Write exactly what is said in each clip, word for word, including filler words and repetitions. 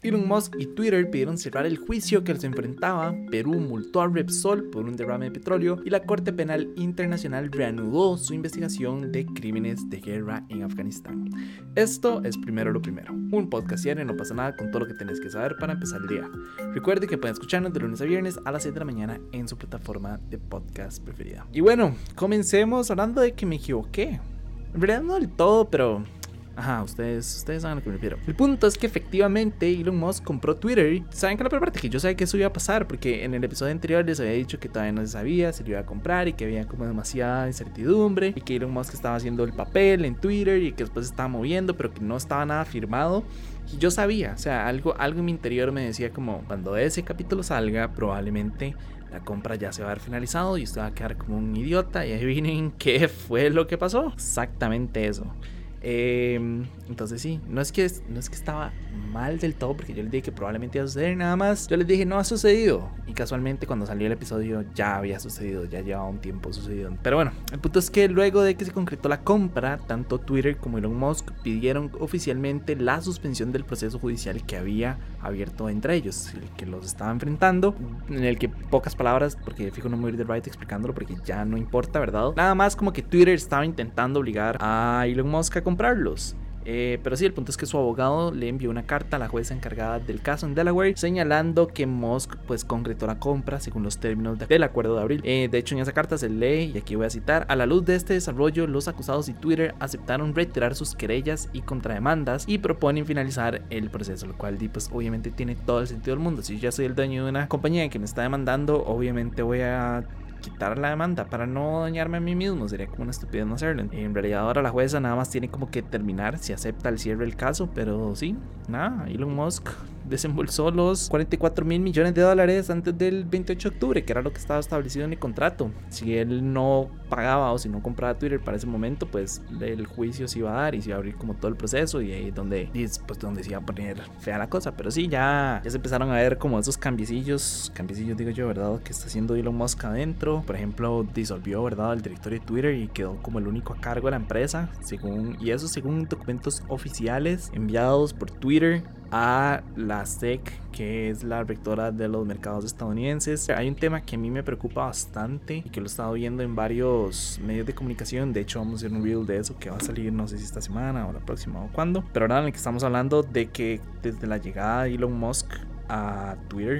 Elon Musk y Twitter pidieron cerrar el juicio que los enfrentaba, Perú multó a Repsol por un derrame de petróleo y la Corte Penal Internacional reanudó su investigación de crímenes de guerra en Afganistán. Esto es Primero lo Primero, un podcast diario, no pasa nada, con todo lo que tenés que saber para empezar el día. Recuerde que pueden escucharnos de lunes a viernes a las seis de la mañana en su plataforma de podcast preferida. Y bueno, comencemos hablando de que me equivoqué. En realidad no del todo, pero... Ajá, ustedes, ustedes saben a lo que me refiero. El punto es que efectivamente Elon Musk compró Twitter. Saben que la primera parte que yo sabía que eso iba a pasar, porque en el episodio anterior les había dicho que todavía no se sabía si lo iba a comprar y que había como demasiada incertidumbre y que Elon Musk estaba haciendo el papel en Twitter y que después se estaba moviendo, pero que no estaba nada firmado. Y yo sabía, o sea, algo, algo en mi interior me decía como, cuando ese capítulo salga, probablemente la compra ya se va a haber finalizado y usted va a quedar como un idiota. Y adivinen qué fue lo que pasó. Exactamente eso. Eh, entonces sí, no es, que, no es que estaba mal del todo, porque yo les dije que probablemente iba a suceder, nada más yo les dije no ha sucedido, y casualmente cuando salió el episodio ya había sucedido, ya llevaba un tiempo sucedido. Pero bueno, el punto es que luego de que se concretó la compra, tanto Twitter como Elon Musk pidieron oficialmente la suspensión del proceso judicial que había abierto entre ellos, el que los estaba enfrentando, en el que pocas palabras, porque fijo no me voy a ir de right explicándolo porque ya no importa, ¿verdad? Nada más como que Twitter estaba intentando obligar a Elon Musk a comprarlos. Eh, pero sí, el punto es que su abogado le envió una carta a la jueza encargada del caso en Delaware señalando que Musk pues concretó la compra según los términos de, del acuerdo de abril. Eh, de hecho, en esa carta se lee, y aquí voy a citar: a la luz de este desarrollo, los acusados y Twitter aceptaron retirar sus querellas y contrademandas y proponen finalizar el proceso, lo cual pues obviamente tiene todo el sentido del mundo. Si yo ya soy el dueño de una compañía que me está demandando, obviamente voy a quitar la demanda para no dañarme a mí mismo, sería como una estupidez no hacerlo. En realidad ahora la jueza nada más tiene como que determinar si acepta el cierre del caso, pero sí, nada, Elon Musk desembolsó los cuarenta y cuatro mil millones de dólares antes del veintiocho de octubre, que era lo que estaba establecido en el contrato. Si él no pagaba o si no compraba Twitter para ese momento, pues el juicio se iba a dar y se iba a abrir como todo el proceso, y ahí es donde, pues, donde se iba a poner fea la cosa. Pero sí, ya, ya se empezaron a ver como esos cambiecillos, cambiecillos digo yo, ¿verdad? Que está haciendo Elon Musk adentro. Por ejemplo, disolvió, ¿verdad?, el directorio de Twitter y quedó como el único a cargo de la empresa, según, y eso según documentos oficiales enviados por Twitter a la S E C, que es la rectora de los mercados estadounidenses. Hay un tema que a mí me preocupa bastante y que lo he estado viendo en varios medios de comunicación. De hecho, vamos a hacer un reel de eso que va a salir, no sé si esta semana o la próxima o cuándo, pero ahora en el que estamos hablando de que desde la llegada de Elon Musk a Twitter,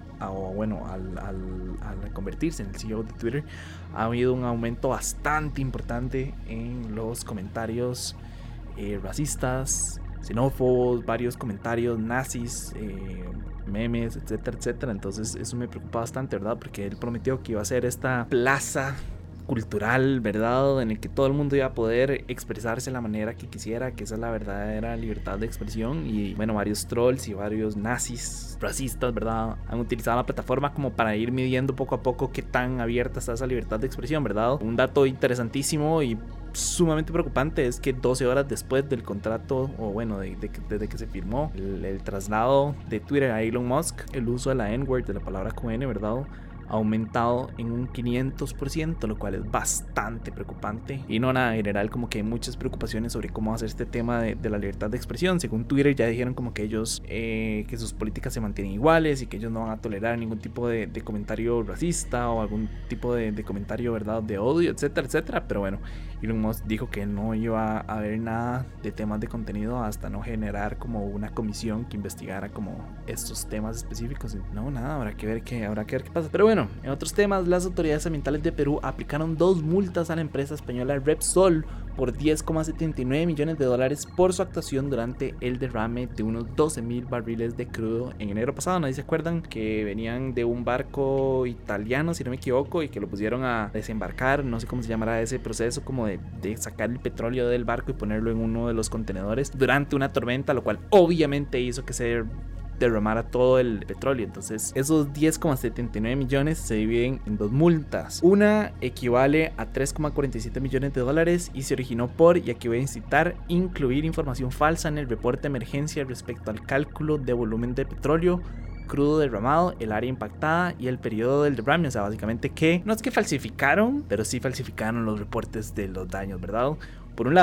o bueno, al, al, al convertirse en el C E O de Twitter, ha habido un aumento bastante importante en los comentarios eh, racistas, xenófobos, varios comentarios nazis, eh, memes, etcétera, etcétera. Entonces eso me preocupa bastante, ¿verdad? Porque él prometió que iba a ser esta plaza cultural, ¿verdad?, en el que todo el mundo iba a poder expresarse de la manera que quisiera, que esa es la verdadera libertad de expresión. Y bueno, varios trolls y varios nazis racistas, ¿verdad?, han utilizado la plataforma como para ir midiendo poco a poco qué tan abierta está esa libertad de expresión, ¿verdad? Un dato interesantísimo y sumamente preocupante es que doce horas después del contrato, o bueno, de, de, desde que se firmó el, el traslado de Twitter a Elon Musk, el uso de la N-word, de la palabra con N, ¿verdad?, ha aumentado en un quinientos por ciento, lo cual es bastante preocupante. Y no, nada, en general como que hay muchas preocupaciones sobre cómo hacer este tema de, de la libertad de expresión. Según Twitter ya dijeron como que ellos, eh, que sus políticas se mantienen iguales y que ellos no van a tolerar ningún tipo de, de comentario racista o algún tipo de, de comentario, ¿verdad?, de odio, etcétera, etcétera. Pero bueno, Elon Musk dijo que no iba a haber nada de temas de contenido hasta no generar como una comisión que investigara como estos temas específicos. No, nada, habrá que ver qué, habrá que ver qué pasa. Pero bueno, en otros temas, las autoridades ambientales de Perú aplicaron dos multas a la empresa española Repsol por diez coma setenta y nueve millones de dólares por su actuación durante el derrame de unos doce mil barriles de crudo en enero pasado. ¿No se acuerdan que venían de un barco italiano, si no me equivoco, y que lo pusieron a desembarcar? No sé cómo se llamará ese proceso, como de, de sacar el petróleo del barco y ponerlo en uno de los contenedores durante una tormenta, lo cual obviamente hizo que se derramara todo el petróleo. Entonces esos diez coma setenta y nueve millones se dividen en dos multas. Una equivale a tres coma cuarenta y siete millones de dólares y se originó por, y aquí voy a citar, incluir información falsa en el reporte de emergencia respecto al cálculo de volumen de petróleo crudo derramado, el área impactada y el periodo del derrame. O sea, básicamente que no es que falsificaron, pero sí falsificaron los reportes de los daños, ¿verdad? Por un lado.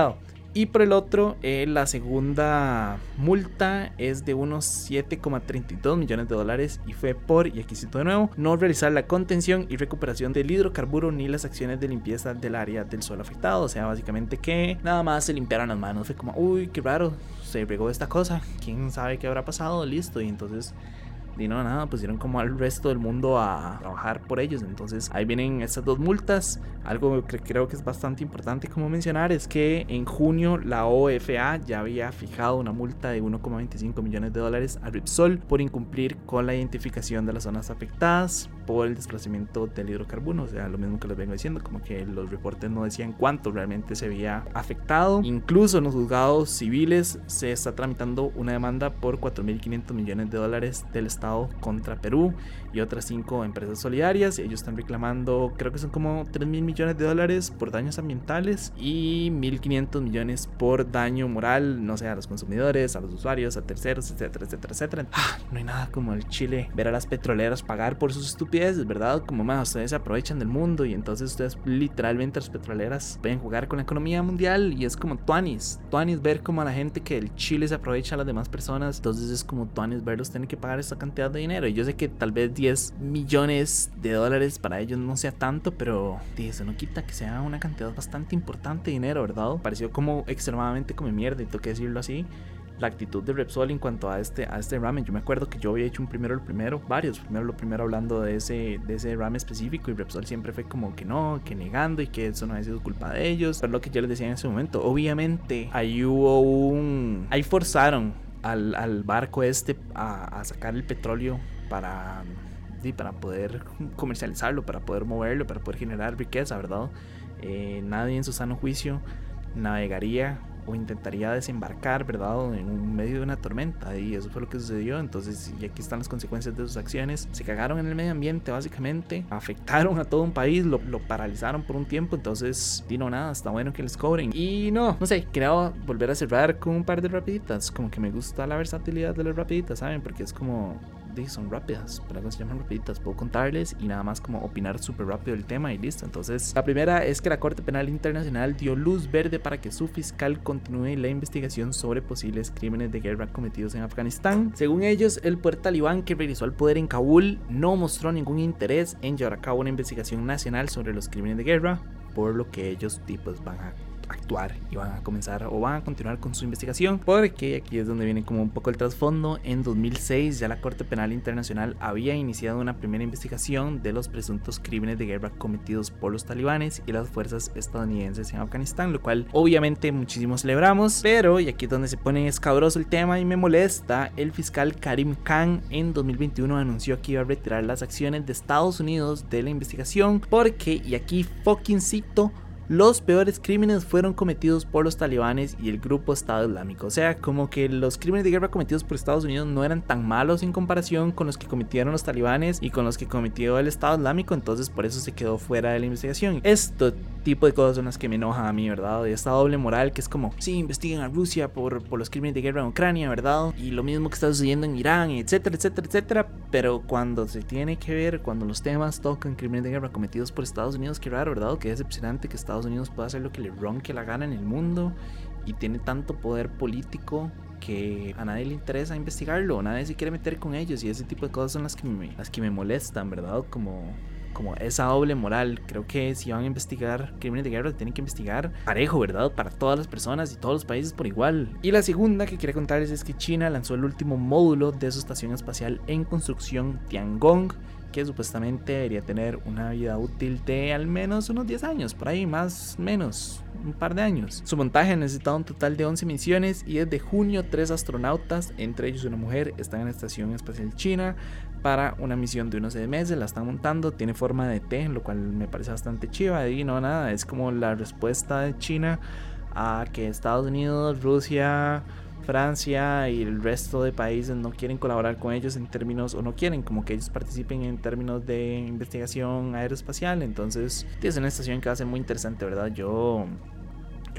Y por el otro, eh, la segunda multa es de unos siete coma treinta y dos millones de dólares y fue por, y aquí cito de nuevo, no realizar la contención y recuperación del hidrocarburo ni las acciones de limpieza del área del suelo afectado. O sea, básicamente que nada más se limpiaron las manos. Fue como, uy, qué raro, se regó esta cosa, quién sabe qué habrá pasado, listo. Y entonces, y no, nada, pusieron como al resto del mundo a trabajar por ellos. Entonces ahí vienen estas dos multas. Algo que creo que es bastante importante como mencionar es que en junio la O F A ya había fijado una multa de uno coma veinticinco millones de dólares a Repsol por incumplir con la identificación de las zonas afectadas por el desplazamiento del hidrocarburo. O sea, lo mismo que les vengo diciendo, como que los reportes no decían cuánto realmente se había afectado. Incluso en los juzgados civiles se está tramitando una demanda por cuatro mil quinientos millones de dólares del Estado contra Perú y otras cinco empresas solidarias. Ellos están reclamando, creo que son como tres mil millones de dólares por daños ambientales y mil quinientos millones por daño moral, no sé, a los consumidores, a los usuarios, a terceros, etcétera, etcétera, etcétera. Ah, no hay nada como el Chile ver a las petroleras pagar por sus estupideces, ¿verdad? Como más ustedes se aprovechan del mundo y entonces ustedes literalmente, las petroleras pueden jugar con la economía mundial y es como tuanis, tuanis ver como a la gente que el Chile se aprovecha a las demás personas. Entonces es como tuanis verlos tener que pagar esta cantidad de dinero. Y yo sé que tal vez diez millones de dólares para ellos no sea tanto, pero eso no quita que sea una cantidad bastante importante de dinero, ¿verdad? Pareció como extremadamente como mierda, y tengo que decirlo así, la actitud de Repsol en cuanto a este, a este ramen. Yo me acuerdo que yo había hecho un primero lo primero, varios, primero lo primero hablando de ese, de ese ramen específico, y Repsol siempre fue como que no, que negando y que eso no había sido culpa de ellos. Pero lo que yo les decía en ese momento, obviamente ahí hubo un... ahí forzaron al, al barco este a, a sacar el petróleo para... sí, para poder comercializarlo, para poder moverlo, para poder generar riqueza, ¿verdad? Eh, nadie en su sano juicio navegaría o intentaría desembarcar, ¿verdad?, en un medio de una tormenta, y eso fue lo que sucedió. Entonces, y aquí están las consecuencias de sus acciones. Se cagaron en el medio ambiente, básicamente, afectaron a todo un país, lo, lo paralizaron por un tiempo. Entonces, y no, nada, está bueno que les cobren. Y no, no sé, quería volver a cerrar con un par de rapiditas. Como que me gusta la versatilidad de las rapiditas, ¿saben? Porque es como... son rápidas, por algo se llaman rapiditas. Puedo contarles y nada más como opinar súper rápido del tema y listo. Entonces, la primera es que la Corte Penal Internacional dio luz verde para que su fiscal continúe la investigación sobre posibles crímenes de guerra cometidos en Afganistán. Según ellos, el poder talibán que regresó al poder en Kabul no mostró ningún interés en llevar a cabo una investigación nacional sobre los crímenes de guerra, por lo que ellos tipos van a actuar y van a comenzar o van a continuar con su investigación, porque aquí es donde viene como un poco el trasfondo. En dos mil seis ya la Corte Penal Internacional había iniciado una primera investigación de los presuntos crímenes de guerra cometidos por los talibanes y las fuerzas estadounidenses en Afganistán, lo cual obviamente muchísimo celebramos, pero y aquí es donde se pone escabroso el tema y me molesta. El fiscal Karim Khan en dos mil veintiuno anunció que iba a retirar las acciones de Estados Unidos de la investigación porque, y aquí fucking cito, los peores crímenes fueron cometidos por los talibanes y el grupo Estado Islámico. O sea, como que los crímenes de guerra cometidos por Estados Unidos no eran tan malos en comparación con los que cometieron los talibanes y con los que cometió el Estado Islámico. Entonces por eso se quedó fuera de la investigación. Este tipo de cosas son las que me enojan a mí, ¿verdad? De esta doble moral que es como, sí, investiguen a Rusia por, por los crímenes de guerra en Ucrania, ¿verdad? Y lo mismo que está sucediendo en Irán, etcétera, etcétera, etcétera. Pero cuando se tiene que ver, cuando los temas tocan crímenes de guerra cometidos por Estados Unidos, qué raro, ¿verdad? Qué decepcionante que Estados Unidos puede hacer lo que le ronque la gana en el mundo y tiene tanto poder político que a nadie le interesa investigarlo, nadie se quiere meter con ellos, y ese tipo de cosas son las que me, las que me molestan, ¿verdad? Como, como esa doble moral. Creo que si van a investigar crímenes de guerra, tienen que investigar parejo, ¿verdad? Para todas las personas y todos los países por igual. Y la segunda que quería contarles es que China lanzó el último módulo de su estación espacial en construcción, Tiangong, que supuestamente debería tener una vida útil de al menos unos diez años, por ahí, más o menos, un par de años. Su montaje ha necesitado un total de once misiones y desde junio tres astronautas, entre ellos una mujer, están en la Estación Espacial China para una misión de unos seis meses. La están montando, tiene forma de T, lo cual me parece bastante chiva. Y no, nada, es como la respuesta de China a que Estados Unidos, Rusia, Francia y el resto de países no quieren colaborar con ellos en términos, o no quieren como que ellos participen en términos de investigación aeroespacial. Entonces es una estación que va a ser muy interesante, ¿verdad? Yo, yo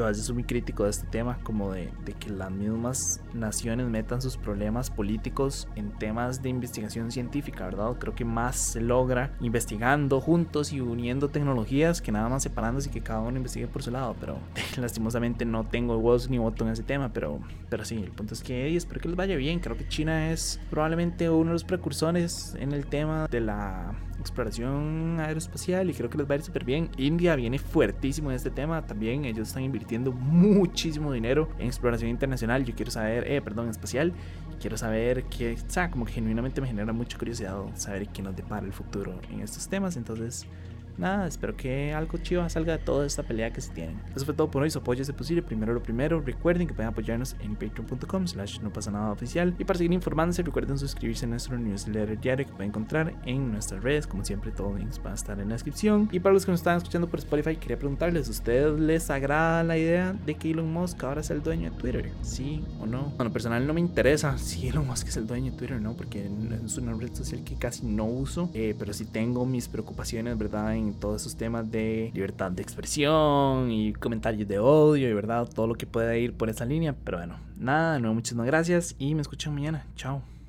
Yo a veces soy muy crítico de este tema, como de, de que las mismas naciones metan sus problemas políticos en temas de investigación científica, ¿verdad? Creo que más se logra investigando juntos y uniendo tecnologías que nada más separándose y que cada uno investigue por su lado, pero lastimosamente no tengo voz ni voto en ese tema, pero, pero sí, el punto es que hey, espero que les vaya bien. Creo que China es probablemente uno de los precursores en el tema de la exploración aeroespacial y creo que les va a ir súper bien. India viene fuertísimo en este tema también, ellos están invirtiendo muchísimo dinero en exploración internacional. Yo quiero saber, eh, perdón, espacial, quiero saber que, o sea, como que genuinamente me genera mucha curiosidad saber qué nos depara el futuro en estos temas. Entonces nada, espero que algo chido salga de toda esta pelea que se tienen. Eso fue todo por hoy, su apoyo es posible, primero lo primero. Recuerden que pueden apoyarnos en patreon punto com slash no pasa nada oficial, y para seguir informándose recuerden suscribirse a nuestro newsletter diario que pueden encontrar en nuestras redes. Como siempre, todos los links van a estar en la descripción. Y para los que nos están escuchando por Spotify, quería preguntarles, ¿a ustedes les agrada la idea de que Elon Musk ahora sea el dueño de Twitter? ¿Sí o no? Bueno, personal no me interesa si Elon Musk es el dueño de Twitter, ¿no? Porque es una red social que casi no uso, eh, pero sí tengo mis preocupaciones, ¿verdad? En todos esos temas de libertad de expresión y comentarios de odio y verdad, todo lo que pueda ir por esa línea. Pero bueno, nada, de nuevo muchísimas gracias y me escuchan mañana. Chao.